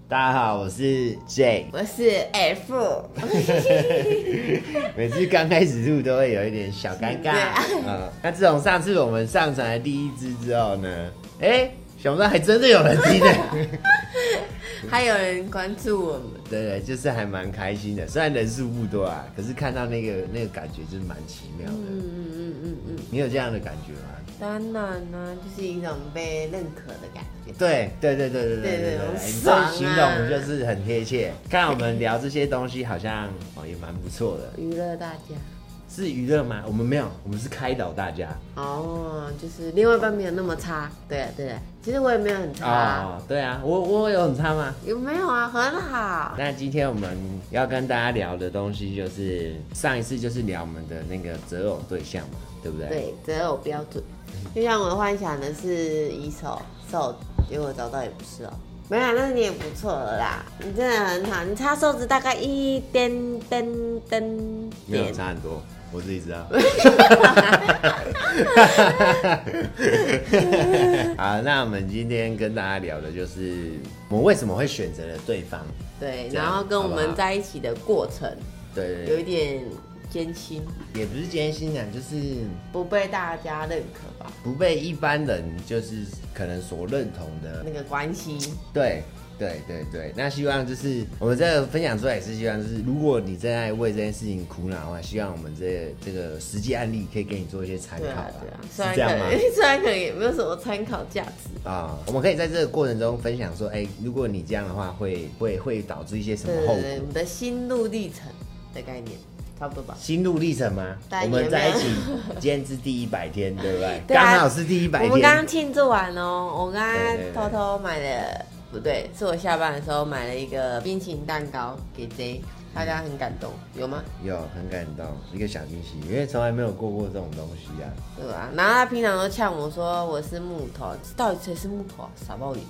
大家好，我是 J， 我是 F。 每次刚开始录都会有一点小尴尬。那自从上次我们上传了第一支之后呢，想不到还真的有人听呢。 还有人关注我们， 对，就是还蛮开心的。虽然人数不多啊，可是看到那个感觉就是蛮奇妙的。你有这样的感觉吗？ 当然呢，就是一种被认可的感觉。 对，你这形容就是很贴切。看我们聊这些东西，好像也蛮不错的。 娱乐大家是娱乐吗？我们没有，我们是开导大家。 就是另外一半没有那么差。对啊，其实我也没有很差。 对啊，我有很差吗？ 有没有啊？很好。 那今天我们要跟大家聊的东西，就是上一次就是聊我们的那个择偶对象嘛，对不对？ 对，择偶标准。就像我幻想的是以瘦，结果找到也不是哦。没有，那你也不错了啦，你真的很好，你差瘦子大概一点， 没有差很多，我自己知道。好，那我们今天跟大家聊的就是我们为什么会选择了对方， 对，然后跟我们在一起的过程， 对， 有一点艰辛， 也不是艰辛啊，就是不被大家认可吧， 不被一般人就是可能所认同的那个关系。 对，那希望就是我们这个分享出来也是希望，就是如果你正在为这件事情苦恼的话，希望我们这个实际案例可以给你做一些参考啦。 对啊， 是这样吗？ 虽然可能也没有什么参考价值啊，我们可以在这个过程中分享说，如果你这样的话会导致一些什么后果？ 对，我们的心路历程的概念。差不多吧， 心路历程吗？我们在一起，今天是第100天，对不对？刚好是第100天。 我们刚刚庆祝完哦，我刚刚偷偷买了，不对，是我下班的时候买了一个冰淇淋蛋糕给 J， 大家很感动，有吗？ 有，很感动，一个小惊喜，因为从来没有过这种东西啊。 对吧？然后他平常都呛我说我是木头，到底谁是木头啊？傻爆眼。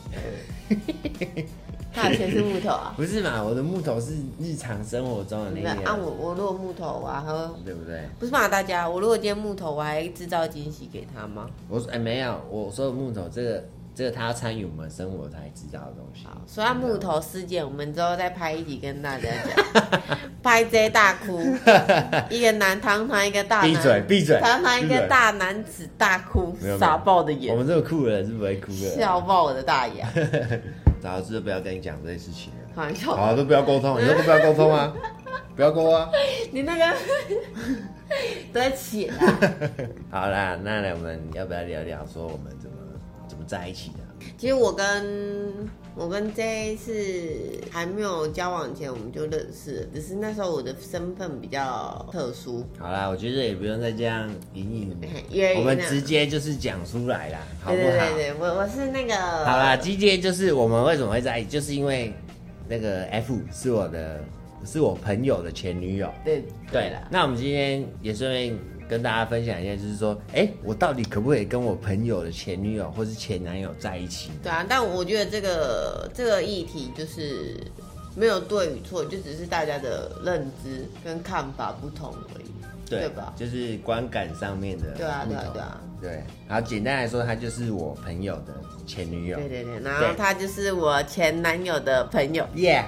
他以前是木头啊？ 不是嘛，我的木头是日常生活中的那个。 我如果木头啊， 对不对？ 不是嘛，大家，我如果今天木头，我还制造惊喜给他吗？ 我说没有，我说的木头这个他要参与我们生活才知道的东西。 好，说到木头事件，我们之后再拍一集跟大家讲。拍 J 大哭，一个男堂堂一个大男， 闭嘴， 堂堂一个大男子大哭，傻爆的眼。 我们这个酷的人是不会哭的， 笑爆我的大牙。 早知道不要跟你讲这些事情了。 开玩笑。 好，都不要沟通，以后都不要沟通啊，不要沟啊。 你那个都在写啊。 好啦，那我们要不要聊聊说我们怎么在一起的？ 其实我跟 J 是还没有交往前我们就认识了，只是那时候我的身份比较特殊。 好啦，我觉得也不用再这样隐我们直接就是讲出来啦，好不好？ 对，我是那个。 好啦，直接就是我们为什么会在一起，就是因为那个 F 是我朋友的前女友。对了，那我们今天也顺便跟大家分享一下，就是说，我到底可不可以跟我朋友的前女友或是前男友在一起？ 对啊，但我觉得这个议题就是没有对与错，就只是大家的认知跟看法不同而已，对吧？ 就是观感上面的不同。对，然后简单来说，她就是我朋友的前女友。 对，然后她就是我前男友的朋友。 Yeah。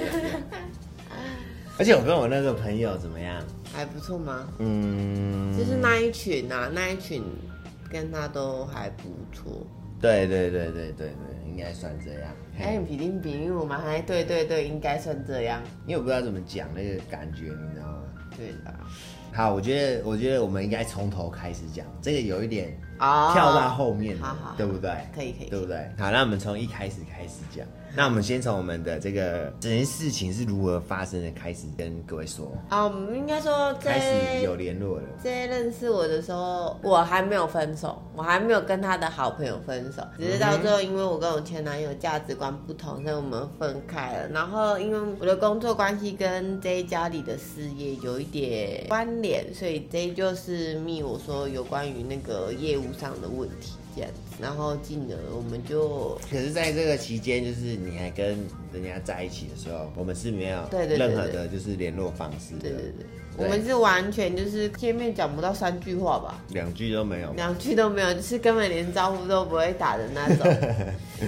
而且我跟我那个朋友怎么样？ 还不错吗？就是那一群跟他都还不错。对， 应该算这样。 很比喻我们还对，应该算这样。 因为我不知道怎么讲那个感觉，你知道吗？ 对的。 好，我觉得我们应该从头开始讲，这个有一点跳到后面， 好， 对不对？ 可以， 对不对？好，那我们从一开始讲。那我们先从我们的这个整件事情是如何发生的开始跟各位说。 我们应该说开始有联络了。 在认识我的时候，我还没有分手，我还没有跟他的好朋友分手，只是到最后，因为我跟我前男友价值观不同，所以我们分开了。然后因为我的工作关系跟 J 家里的事业有一点关联，所以 J 就是密我说有关于那个业务上的问题。然后进而我们就， 可是在这个期间，就是你还跟人家在一起的时候，我们是没有任何的就是联络方式的。 对，我们是完全就是见面讲不到3句话吧，2 句都没有， 就是根本连招呼都不会打的那种。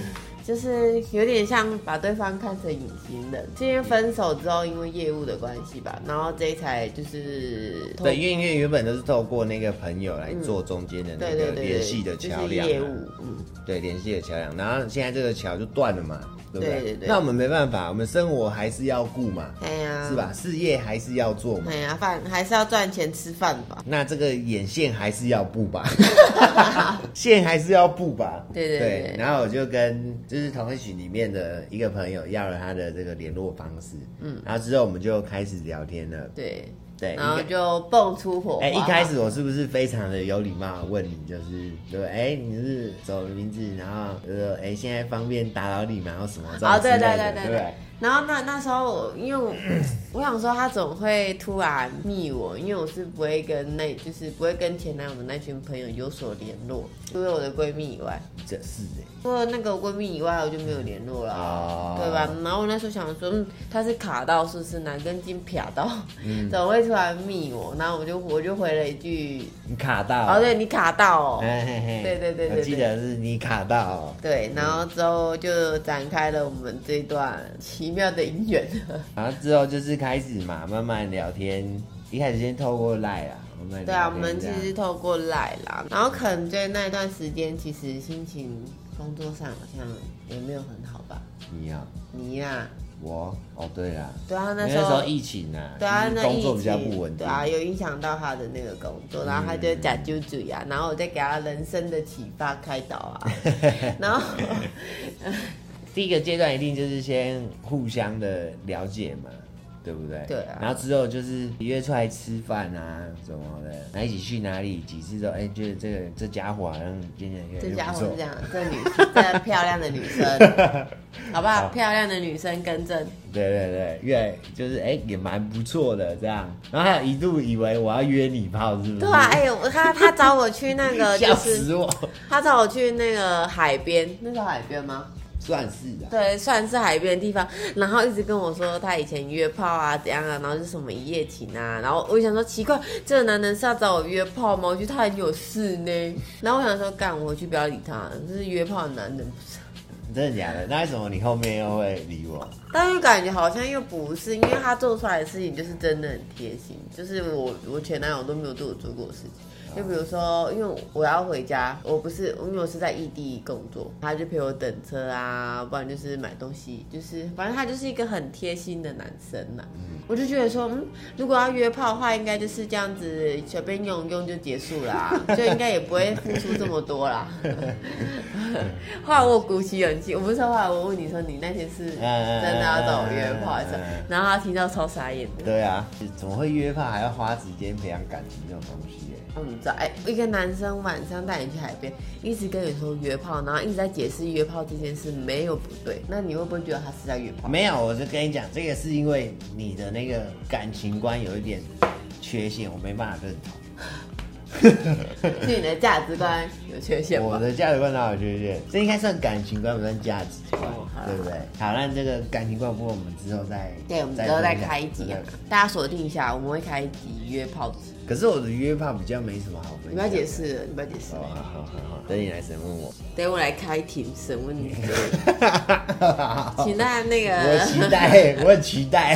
就是有点像把对方看成隐形人。今天分手之后，因为业务的关系吧，然后这一才就是对，因为原本都是透过那个朋友来做中间的那个联系的桥梁， 业务， 对，联系的桥梁，然后现在这个桥就断了嘛。对不对？ 对对对， 那我们没办法，我们生活还是要顾嘛， 是吧？事业还是要做嘛， 饭还是要赚钱吃饭吧。 那这个眼线还是要布吧，线还是要布吧。 对。 然后我就跟就是同一群里面的一个朋友要了他的这个联络方式，然后之后我们就开始聊天了。对， 然后就蹦出火花。 一开始我是不是非常的有礼貌问你，就是对，你是什么名字？然后现在方便打扰你吗？然后什么这种之类的，对。 然后那时候因为我想说他总会突然密我，因为我是不会跟就是不会跟前男友的那群朋友有所联络，除了我的闺蜜以外。 这是除了那个闺蜜以外，我就没有联络了，对吧？然后我那时候想说，他是卡到是不是哪根筋撇到，怎么会突然密我？然后我就回了一句， 你卡到对，你卡到对，我记得是你卡到对，然后之后就展开了我们这段奇妙的姻缘。 然后之后就是开始嘛，慢慢聊天，一开始先透过 LINE 啦。 对啊，我们其实是透过 LINE 啦，然后可能在那一段时间，其实心情工作上好像也没有很好吧。你呀？ 我对啦， 对啊，那时候疫情啊， 对啊，那工作比较不稳定， 对啊，有影响到他的那个工作，然后他就假揪嘴啊，然后我再给他人生的启发开导啊，然后第一个阶段一定就是先互相的了解嘛。对不对？ 对啊。 然后之后就是约出来吃饭啊什么的，然后一起去哪里几次都觉得这家伙好像渐渐越来越不错。这家伙是这样，这漂亮的女生，好不好？漂亮的女生跟正。 对，越就是也蛮不错的这样。然后还有一度以为我要约你炮，是不是？ 对啊，他找我去那个， 笑死我！ 他找我去那个海边，那是海边吗？ 算是的， 对，算是海边的地方，然后一直跟我说他以前约炮啊怎样啊，然后是什么一夜情啊，然后我就想说奇怪，这个男人是要找我约炮吗？我觉得他很有事呢，然后我想说干，我回去不要理他，这是约炮的男人不是？ 真的假的？那为什么你后面又会理我？ 但又感觉好像又不是，因为他做出来的事情就是真的很贴心，就是我前男友都没有对我做过的事情。就比如说，因为我要回家，因为我是在异地工作，他就陪我等车啊，不然就是买东西，就是反正他就是一个很贴心的男生啦。我就觉得说，如果要约炮的话，应该就是这样子，随便用就结束啦，就应该也不会付出这么多啦。后来我鼓起勇气，我不是后来我问你说，你那天是真的要找我约炮，然后他听到超傻眼的。 对啊，怎么会约炮还要花时间培养感情这种东西？ 我们知道，一个男生晚上带你去海边，一直跟你说约炮，然后一直在解释约炮这件事没有不对，那你会不会觉得他是在约炮？ 没有，我就跟你讲，这个是因为你的那个感情观有一点缺陷，我没办法认同。 是你的价值观有缺陷吗？ 我的价值观哪有缺陷？这应该算感情观，不算价值观，对不对？好，那这个感情观部分我们之后再我们之后再开一集啊，大家锁定一下，我们会开一集约炮集。 可是我的约炮比较没什么好分享。 你不要解释了，你不要解释。 好，等你来审问我。 等我来开庭审问你。请大家那个。 我很期待。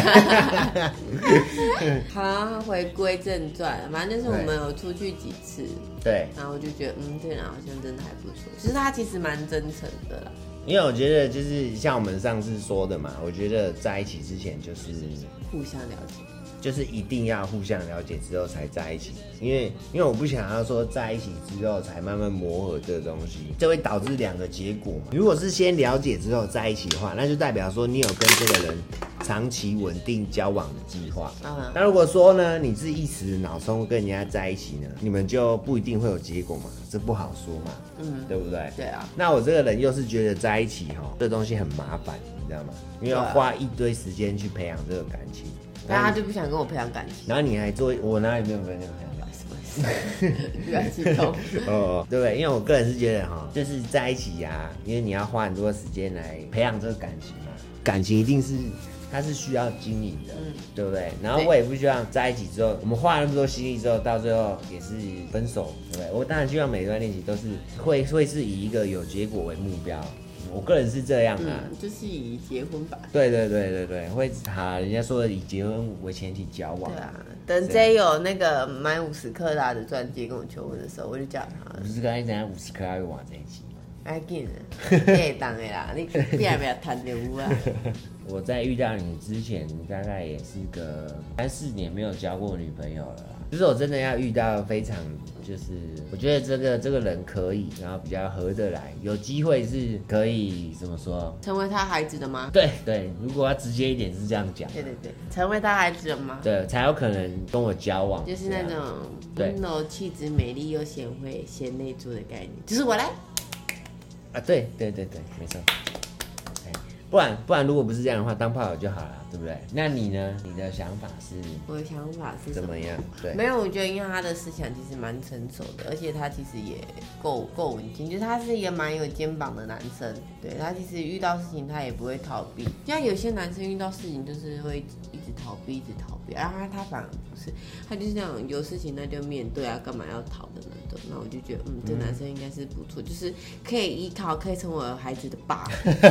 好，回归正传，反正就是我们有出去几次， 对， 然后我就觉得，这个人好像真的还不错。其实他其实蛮真诚的啦。 因为我觉得就是像我们上次说的嘛，我觉得在一起之前就是互相了解。 就是一定要互相了解之后才在一起，因为我不想要说在一起之后才慢慢磨合这个东西，这会导致两个结果嘛。如果是先了解之后在一起的话，那就代表说你有跟这个人长期稳定交往的计划。那如果说呢，你是一时脑冲跟人家在一起呢，你们就不一定会有结果嘛，这不好说嘛，对不对？ 对啊。 那我这个人又是觉得在一起这东西很麻烦，你知道吗？因为要花一堆时间去培养这个感情。 但他就不想跟我培养感情， 然后你还做，我哪里没有跟你培养感情？ 不要激动对不对？因为我个人是觉得就是在一起呀，因为你要花很多时间来培养这个感情嘛，感情一定是它是需要经营的，对不对？然后我也不希望在一起之后，我们花了那么多心力之后，到最后也是分手，对不对？我当然希望每段恋情都是会是以一个有结果为目标。 我个人是这样啊， 就是以结婚吧。 对，会人家说的以结婚为前提交往。 对啊，等 J 有那个买50克拉的钻戒跟我求婚的时候，我就叫他。 50克拉，你等下50克拉会往在一起。 哎，紧的，你会当的啦，你别谈就有啊。 我在遇到你之前，大概也是个3、4年没有交过女朋友了啦。就是我真的要遇到非常，就是我觉得这个人可以，然后比较合得来，有机会是可以怎么说， 成为他孩子的吗？ 对，如果要直接一点是这样讲。 对，成为他孩子的吗？ 对，才有可能跟我交往。 就是那种温柔、气质、美丽又贤惠、贤内助的概念，就是我来。 啊，对，没错。不然，如果不是这样的话，当炮友就好了，对不对？那你呢？你的想法是？ 我的想法是怎么样？对， 没有，我觉得因为他的思想其实蛮成熟的，而且他其实也够稳定，就是他是一个蛮有肩膀的男生。对，他其实遇到事情他也不会逃避，像有些男生遇到事情就是会一直逃避，然后他反而不是，他就是那种有事情那就面对啊，干嘛要逃的那种。那我就觉得，这男生应该是不错，就是可以依靠，可以成为我孩子的爸。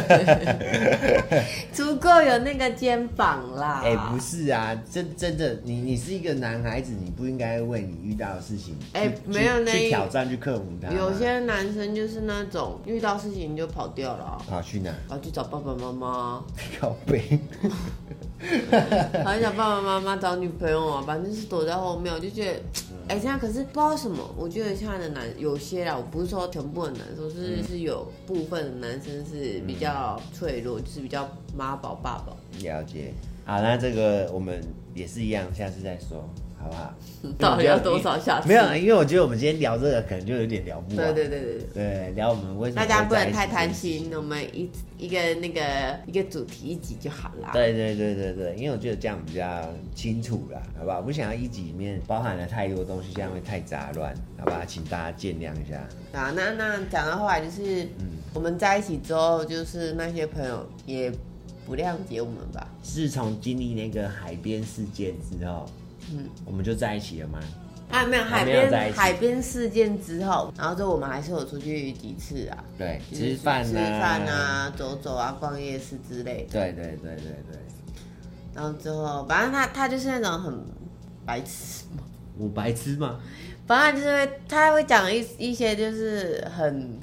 足够有那个肩膀啦。 不是啊，真的，你是一个男孩子，你不应该为你遇到的事情， 没有去挑战，去克服它。 有些男生就是那种遇到事情就跑掉了， 跑去哪？ 跑去找爸爸妈妈。 靠背。 好想爸爸妈妈找女朋友啊，反正是躲在后面，我就觉得，这样可是不知道为什么，我觉得现在的有些啦，我不是说全部的男生，是有部分的男生是比较脆弱，就是比较妈宝爸宝。 了解。好，那这个我们也是一样，下次再说，好不好？ 到底要多少下次？ 没有，因为我觉得我们今天聊这个可能就有点聊不完。 对， 聊我们为什么大家不能太贪心，我们一个主题一集就好啦。 对，因为我觉得这样比较清楚啦，好不好？我不想要一集里面包含了太多东西，这样会太杂乱，好不好？请大家见谅一下。 啊，那讲到后来就是，我们在一起之后，就是那些朋友也不谅解我们吧？ 是从经历那个海边事件之后，我们就在一起了吗？ 没有海边事件之后，然后之后我们还是有出去几次啊， 对， 吃饭啊，走啊，逛夜市之类的。 对。 然后之后，反正他就是那种很白痴嘛。 我白痴吗？ 反正就是他会讲一些就是很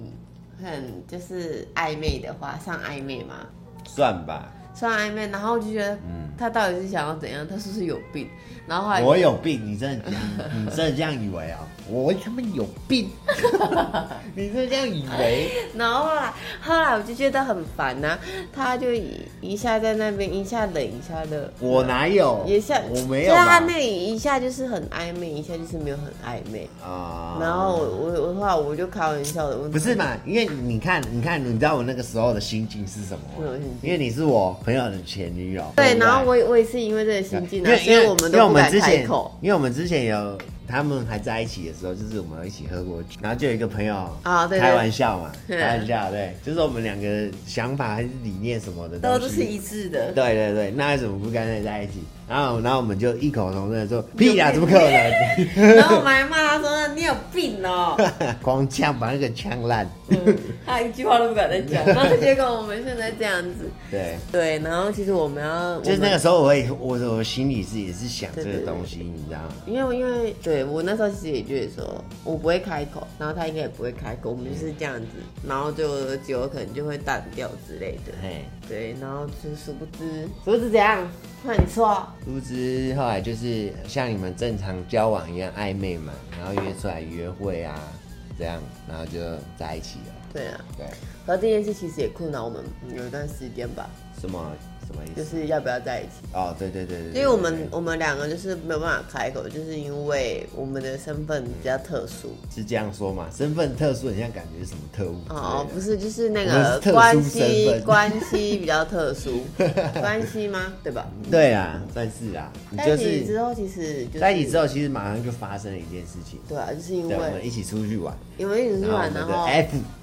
就是暧昧的话，算暧昧吗？ 算吧。 算暧昧，然后我就觉得，他到底是想要怎样？他是不是有病？然后后来我有病，你真的这样以为啊？我他妈有病，你真的这样以为？ 然后后来我就觉得很烦呐，他就一下在那边，一下冷，一下热。 我哪有？我没有吧。 就是他那里一下就是很暧昧，一下就是没有很暧昧啊。然后我后来我就开玩笑的问， 不是嘛？因为你看，你知道我那个时候的心境是什么吗？因为你是我朋友的前女友。 对，然后我也是因为这个心境，所以我们都不敢开口。 因为我们之前有他们还在一起的时候，就是我们一起喝过酒，然后就有一个朋友开玩笑嘛，开玩笑，对，就是我们两个想法还是理念什么的都是一致的。 对，那为什么不干脆在一起？然后我们就异口同声的说：“屁呀，怎么可能？” 然后我们还骂他说：“你有病哦！” 光枪把那个枪烂， 他一句话都不敢再讲。然后结果我们现在这样子，对，然后其实我们要就是那个时候我心里也是想这个东西，你知道吗？ 因为对我那时候其实也觉得说我不会开口，然后他应该也不会开口，我们就是这样子，然后就久了可能就会淡掉之类的。对，然后就殊不知怎样？那你说， 殊不知后来就是像你们正常交往一样暧昧嘛，然后约出来约会啊，这样，然后就在一起了。 对啊，对。可是这件事其实也困扰我们有一段时间吧。 什么意思？ 就是要不要在一起？ 哦，对。 因为我们两个就是没有办法开口，就是因为我们的身份比较特殊。 是这样说嘛？身份特殊，很像感觉是什么特务？ 哦，不是，就是那个关系比较特殊，关系吗？对吧？ 对啊，算是啊。 在一起之后，其实在一起之后，其实马上就发生了一件事情。 对啊，就是因为我们一起出去玩， 因为一起出去玩，然后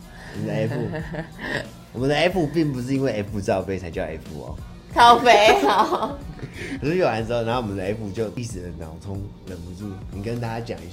我们的 F 并不是因为 F 罩杯才叫 F 哦。 靠北好， 出去玩的时候，然后我们的 F 就一时的脑冲忍不住，你跟大家讲一下。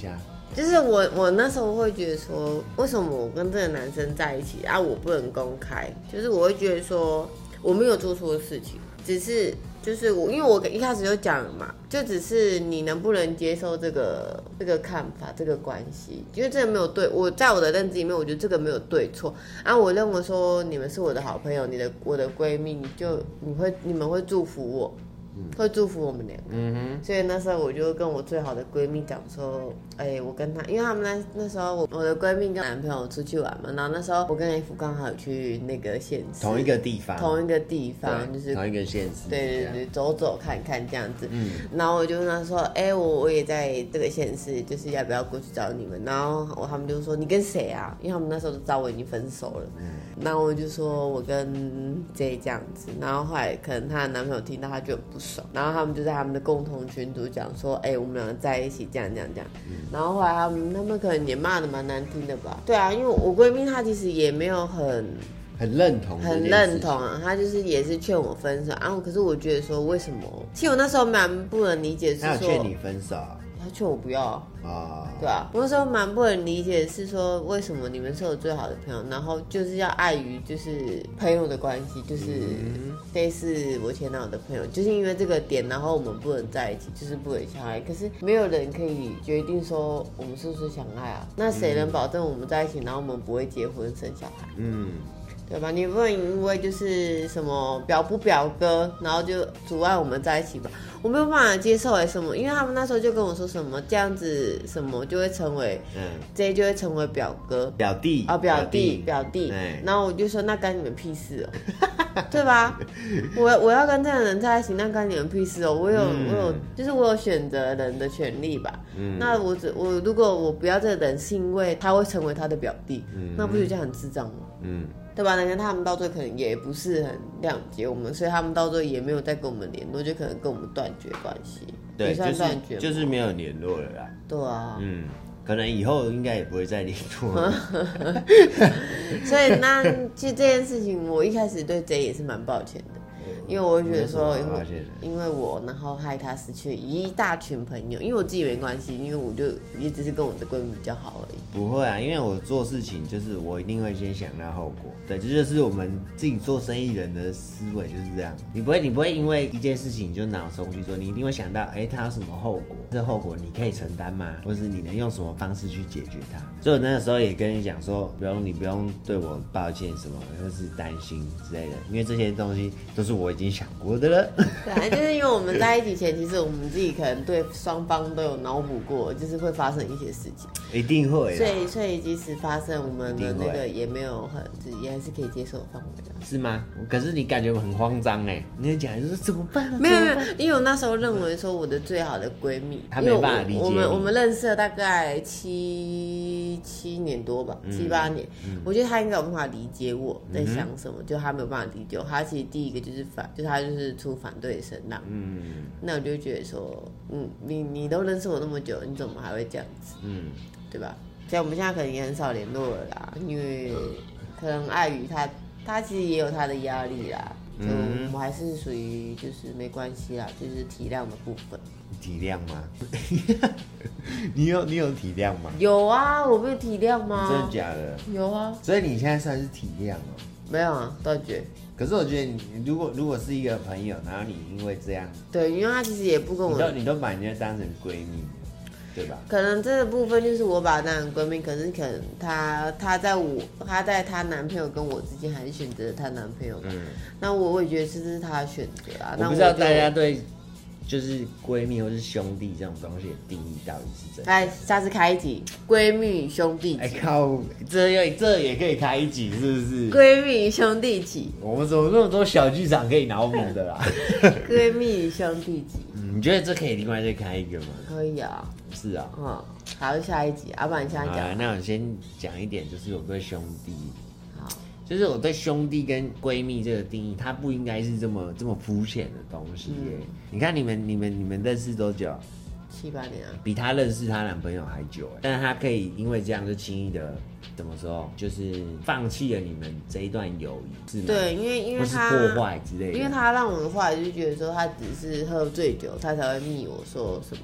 就是我那时候会觉得说，为什么我跟这个男生在一起啊，我不能公开？就是我会觉得说，我没有做错事情，只是就是因为我一开始就讲了嘛，就只是你能不能接受这个看法，这个关系，因为这个没有对，我在我的认知里面，我觉得这个没有对错啊。我认为说你们是我的好朋友，我的闺蜜，你们会祝福我。会祝福我们两个，所以那时候我就跟我最好的闺蜜讲说，我跟她，因为他们那时候我的闺蜜跟男朋友出去玩嘛，然后那时候我跟 F 刚好有去那个县市， 同一个地方， 就是同一个县市， 对，走走看看这样子，然后我就跟她说，我也在这个县市，就是要不要过去找你们？然后他们就说你跟谁啊？因为他们那时候都知道我已经分手了，然后我就说我跟 J 这样子，然后后来可能她的男朋友听到，他就很不爽。然后他们就在他们的共同群组讲说，我们两个在一起这样，然后后来他们可能也骂的蛮难听的吧？对啊，因为我闺蜜她其实也没有很认同， 啊，她就是也是劝我分手啊。可是我觉得说为什么？其实我那时候蛮不能理解，是说她有劝你分手啊？ 他劝我不要啊，对啊，我那时候蛮不能理解，是说为什么你们是我最好的朋友，然后就是要碍于就是朋友的关系，就是类似我前男友的朋友，就是因为这个点，然后我们不能在一起，就是不能相爱。可是没有人可以决定说我们是不是相爱啊？那谁能保证我们在一起，然后我们不会结婚生小孩？对吧？你不能因为就是什么表不表哥，然后就阻碍我们在一起吧？我没有办法接受什么，因为他们那时候就跟我说什么这样子什么就会成为，J 就会成为表哥、 表弟啊、表弟，然后我就说那干你们屁事哦，对吧？我要跟这个人在一起，那干你们屁事哦！我有就是我有选择人的权利吧？那我如果我不要这个人，是因为他会成为他的表弟，那不是这样很智障吗？对吧？人家他们到最后可能也不是很谅解我们，所以他们到最后也没有再跟我们联络，就可能跟我们断绝关系。 对，就是没有联络了啦。 对啊， 可能以后应该也不会再联络了。 所以那其实这件事情，我一开始对 J 也是蛮抱歉的。因为我会觉得说，因为我然后害他失去一大群朋友，因为我自己没关系，因为我就也只是跟我的闺蜜比较好而已。 不会啊，因为我做事情就是我一定会先想到后果，对，这就是我们自己做生意人的思维就是这样。你不会因为一件事情就脑松去做，你一定会想到，它有什么后果？这后果你可以承担吗？或是你能用什么方式去解决它？所以我那个时候也跟你讲说，你不用对我抱歉什么，或是担心之类的，因为这些东西都是我已经想过的了。 对，就是因为我们在一起前，其实我们自己可能对双方都有脑补过，就是会发生一些事情， 一定会。 所以即使发生，我们的那个也没有也还是可以接受的范围的。 是吗？可是你感觉很慌张哎，你讲就是怎么办啊？ 没有，因为我那时候认为说我的最好的闺蜜， 她没办法理解我们认识了大概七年多吧，7、8年，我觉得她应该有办法理解我在想什么，就她没有办法理解我。她其实第一个就是她就是出反对声浪，那我就觉得说，你都认识我那么久，你怎么还会这样子？对吧？所以我们现在可能也很少联络了啦，因为可能碍于他其实也有他的压力啦，就我们还是属于就是没关系啦，就是体谅的部分。 体谅吗？你有体谅吗？ 有啊，我不是体谅吗？ 真的假的？ 有啊。 所以你现在算是体谅哦？ 没有啊，断绝。 可是我觉得你如果是一个朋友，然后你因为这样， 对，因为他其实也不跟我， 你都把人家当成闺蜜。对吧？ 可能这个部分就是我把她当成闺蜜，可是可能她在她男朋友跟我之间还是选择了她男朋友吧。那我也觉得这是她的选择啊。 我不知道大家对就是闺蜜或是兄弟这种东西的定义到底是怎样？ 来，下次开一集闺蜜与兄弟集。 靠，这也可以开一集是不是？ 闺蜜与兄弟集。 我们怎么那么多小剧场可以脑补的啦？ 闺蜜与兄弟集。 你觉得这可以另外再开一个吗？ 可以啊。 是啊。 好，下一集，要不然你现在讲。 那我先讲一点，就是我对兄弟。就是我对兄弟跟闺蜜这个定义，它不应该是这么肤浅的东西耶。你看你们认识多久 ？7、8年啊， 比她认识她男朋友还久哎。但是她可以因为这样就轻易的怎么说，就是放弃了你们这一段友谊，是吗？ 对，因为他破坏之类的， 因为他让我的话就觉得说他只是喝醉酒，他才会密我说什么，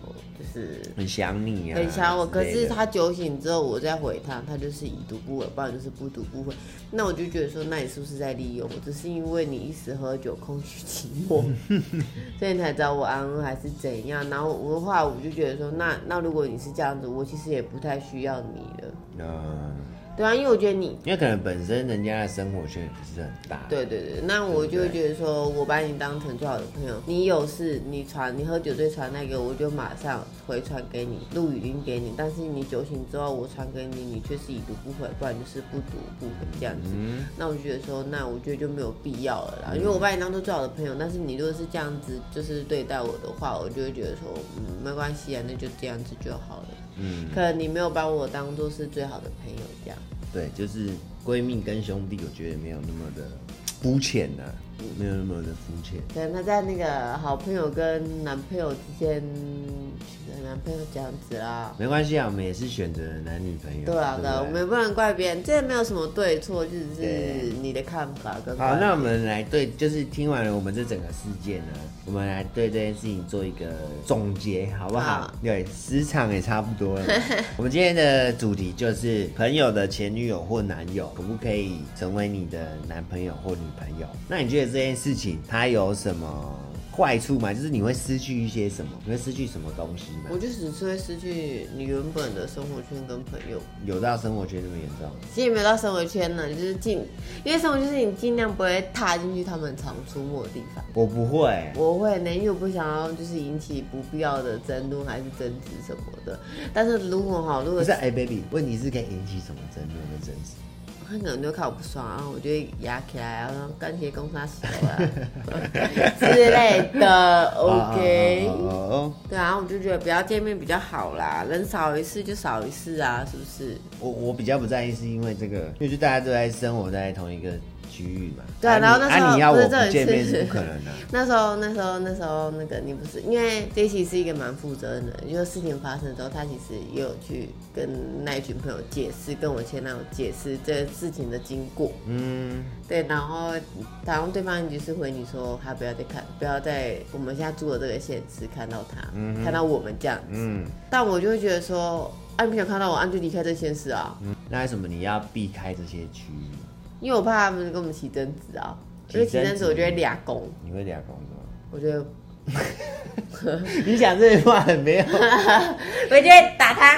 就是很想你啊， 很想我。可是他酒醒之后，我再回他，他就是已读不回，不然就是不读不回。那我就觉得说，那你是不是在利用我？只是因为你一时喝酒空虚寂寞，所以你才找我安慰还是怎样？然后我的话，我就觉得说，那如果你是这样子，我其实也不太需要你了。对啊，因为我觉得因为可能本身人家的生活圈也不是很大。 对，那我就会觉得说，我把你当成最好的朋友，你有事你喝酒醉传那个，我就马上回传给你，录语音给你。但是你酒醒之后，我传给你，你却是已读不回，不然就是不读不回这样子。那我就觉得说，那我觉得就没有必要了啦，因为我把你当做最好的朋友，但是你如果是这样子就是对待我的话，我就会觉得说，没关系啊，那就这样子就好了。可能你没有把我当做是最好的朋友这样。 对，就是闺蜜跟兄弟，我觉得没有那么的肤浅呐，没有那么的肤浅。 可能他在那个好朋友跟男朋友之间选择男朋友这样子啦。 没关系啊，我们也是选择男女朋友。 对啊，对，我们也不能怪别人，这也没有什么对错，就只是你的看法跟。 好，那我们来就是听完了我们这整个事件呢，我们来对这件事情做一个总结，好不好？对，时长也差不多了。我们今天的主题就是朋友的前女友或男友可不可以成为你的男朋友或女朋友？那你觉得这件事情它有什么坏处吗？就是你会失去一些什么？你会失去什么东西吗？ 我就只是会失去你原本的生活圈跟朋友。 有到生活圈那么严重？ 其实也没有到生活圈呢，就是因为生活圈是你尽量不会踏进去他们常出没的地方。 我不会， 我会呢，因为我不想要就是引起不必要的争论还是争执什么的。但是如果不是baby， 问题是可以引起什么争论跟争执？ 他可能就看我不爽，然后我就会压起来，然后干脆攻他小啊之类的。OK，对啊，我就觉得不要见面比较好啦，人少一次就少一次啊，是不是？ 我比较不在意，是因为这个，因为大家都在生活在同一个区域嘛。 对啊，然后那时候你要我不见面是不可能的。 那时候那个你不是，因为这期是一个蛮负责任的，因为事情发生之后，他其实也有去跟那一群朋友解释，跟我前男友解释这个事情的经过。对，然后对方就是回你说他不要在我们现在住的这个县市看到他，看到我们这样子。但我就会觉得说，你不想看到我，就离开这县市啊。 那为什么你要避开这些区域？ 因为我怕他们跟我们起争执啊，因为起争执我就会俩攻。你会俩攻是吗？ 我觉得你讲这句话很没有， 我就会打他，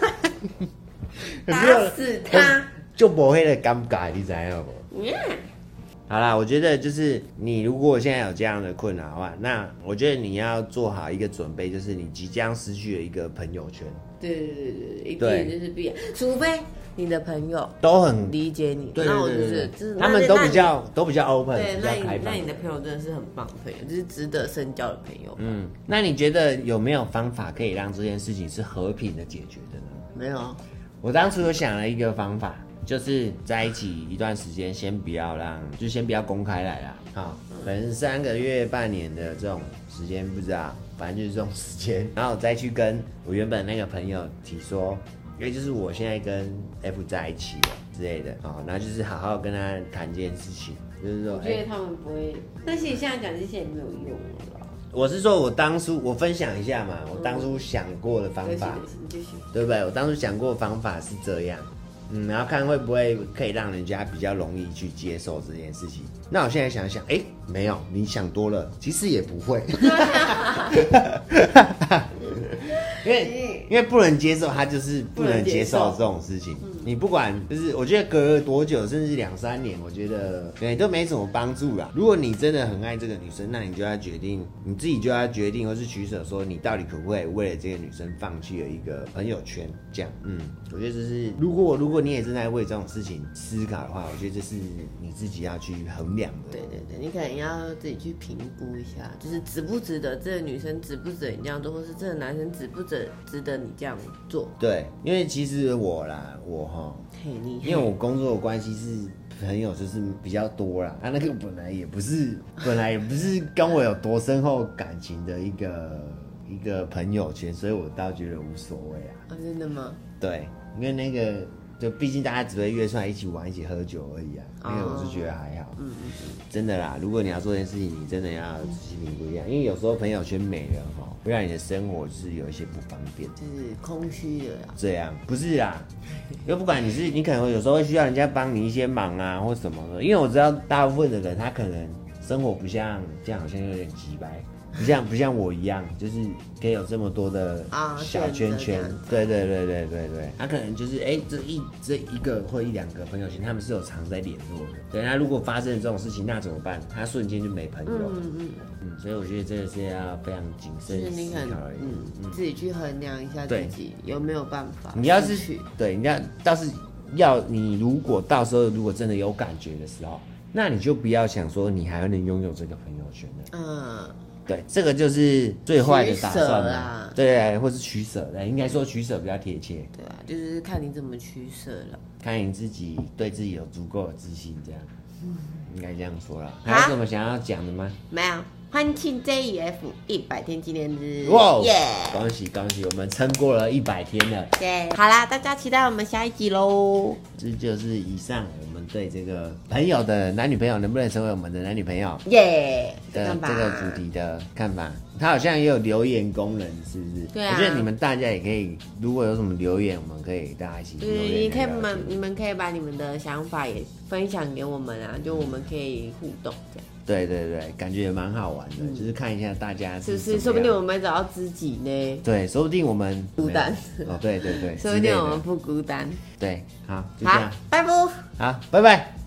打死他， 就不会的尴尬，你知道不？好啦，我觉得就是你如果现在有这样的困扰的话，那我觉得你要做好一个准备，就是你即将失去了一个朋友圈。对，一定就是必然，除非你的朋友都很理解你。对，那我就是他们都比较 open， 对，比较开放。那你的朋友真的是很棒的朋友，就是值得深交的朋友。那你觉得有没有方法可以让这件事情是和平的解决的呢？没有，我当初有想了一个方法。就是在一起一段时间，先不要公开来啦，好，可能3个月、半年的这种时间，不知道，反正就是这种时间，然后我再去跟我原本那个朋友提说，因为就是我现在跟 F 在一起了之类的，好，然后就是好好跟他谈这件事情，就是说，我觉得他们不会，但是你现在讲这些也没有用了啦。我是说，我分享一下嘛，我当初想过的方法，对不对？我当初想过的方法是这样。然后看会不会可以让人家比较容易去接受这件事情。那我现在想想，没有，你想多了，其实也不会。因为不能接受，他就是不能接受这种事情。你不管就是我觉得隔了多久，甚至2-3年，我觉得都没什么帮助啦。如果你真的很爱这个女生，那你就要决定，你自己就要决定或是取舍，说你到底可不可以为了这个女生放弃了一个朋友圈。这样，我觉得这是如果你也正在为这种事情思考的话，我觉得这是你自己要去衡量的。对，你可能要自己去评估一下，就是值不值得这个女生值不值得你这样做，或是这个男生值得你这样做。对，因为其实我因为我工作的关系是朋友就是比较多啦，那个本来也不是跟我有多深厚感情的一个朋友圈，所以我倒觉得无所谓啊。真的吗？对，因为那个就毕竟大家只会约出来一起玩、一起喝酒而已啊。那个我是觉得还好。真的啦，如果你要做这件事情，你真的要仔细评估一下，因为有时候朋友圈没了哈，会让你的生活就是有一些不方便， 就是空虚的啦。 这样不是啦，又不管你可能有时候会需要人家帮你一些忙啊，或什么的。因为我知道大部分的人他可能生活不像这样，好像有点鸡掰。不像我一样，就是可以有这么多的小圈圈，对，他可能就是这一个或一两个朋友圈，他们是有常在联络的。对，那如果发生了这种事情，那怎么办？他瞬间就没朋友。所以我觉得这个是要非常谨慎思考而已。 自己去衡量一下自己有没有办法。 你要是对，你如果到时候如果真的有感觉的时候，那你就不要想说你还能拥有这个朋友圈了。对，这个就是最坏的打算了。对，或是取舍，应该说取舍比较贴切。 对啊，就是看你怎么取舍了。 看你自己对自己有足够的自信，这样。应该这样说啦。还有什么想要讲的吗？ 没有。欢庆 JEF 100天纪念日！ 哇，恭喜恭喜，我们撑过了100天了。 对，好啦，大家期待我们下一集喽。 这就是以上我们对这个朋友的男女朋友能不能成为我们的男女朋友的这个主题的看法。他好像也有留言功能，是不是？ 对啊。 我觉得你们大家也可以，如果有什么留言，我们可以大家一起留言。 你们可以把你们的想法也分享给我们啊，就我们可以互动这样。 对，感觉也蛮好玩的，就是看一下大家是不是，说不定我们找到知己呢。 对，说不定我们孤单。 对， 说不定我们不孤单。 对，好，就这样， 拜拜。 好，拜拜。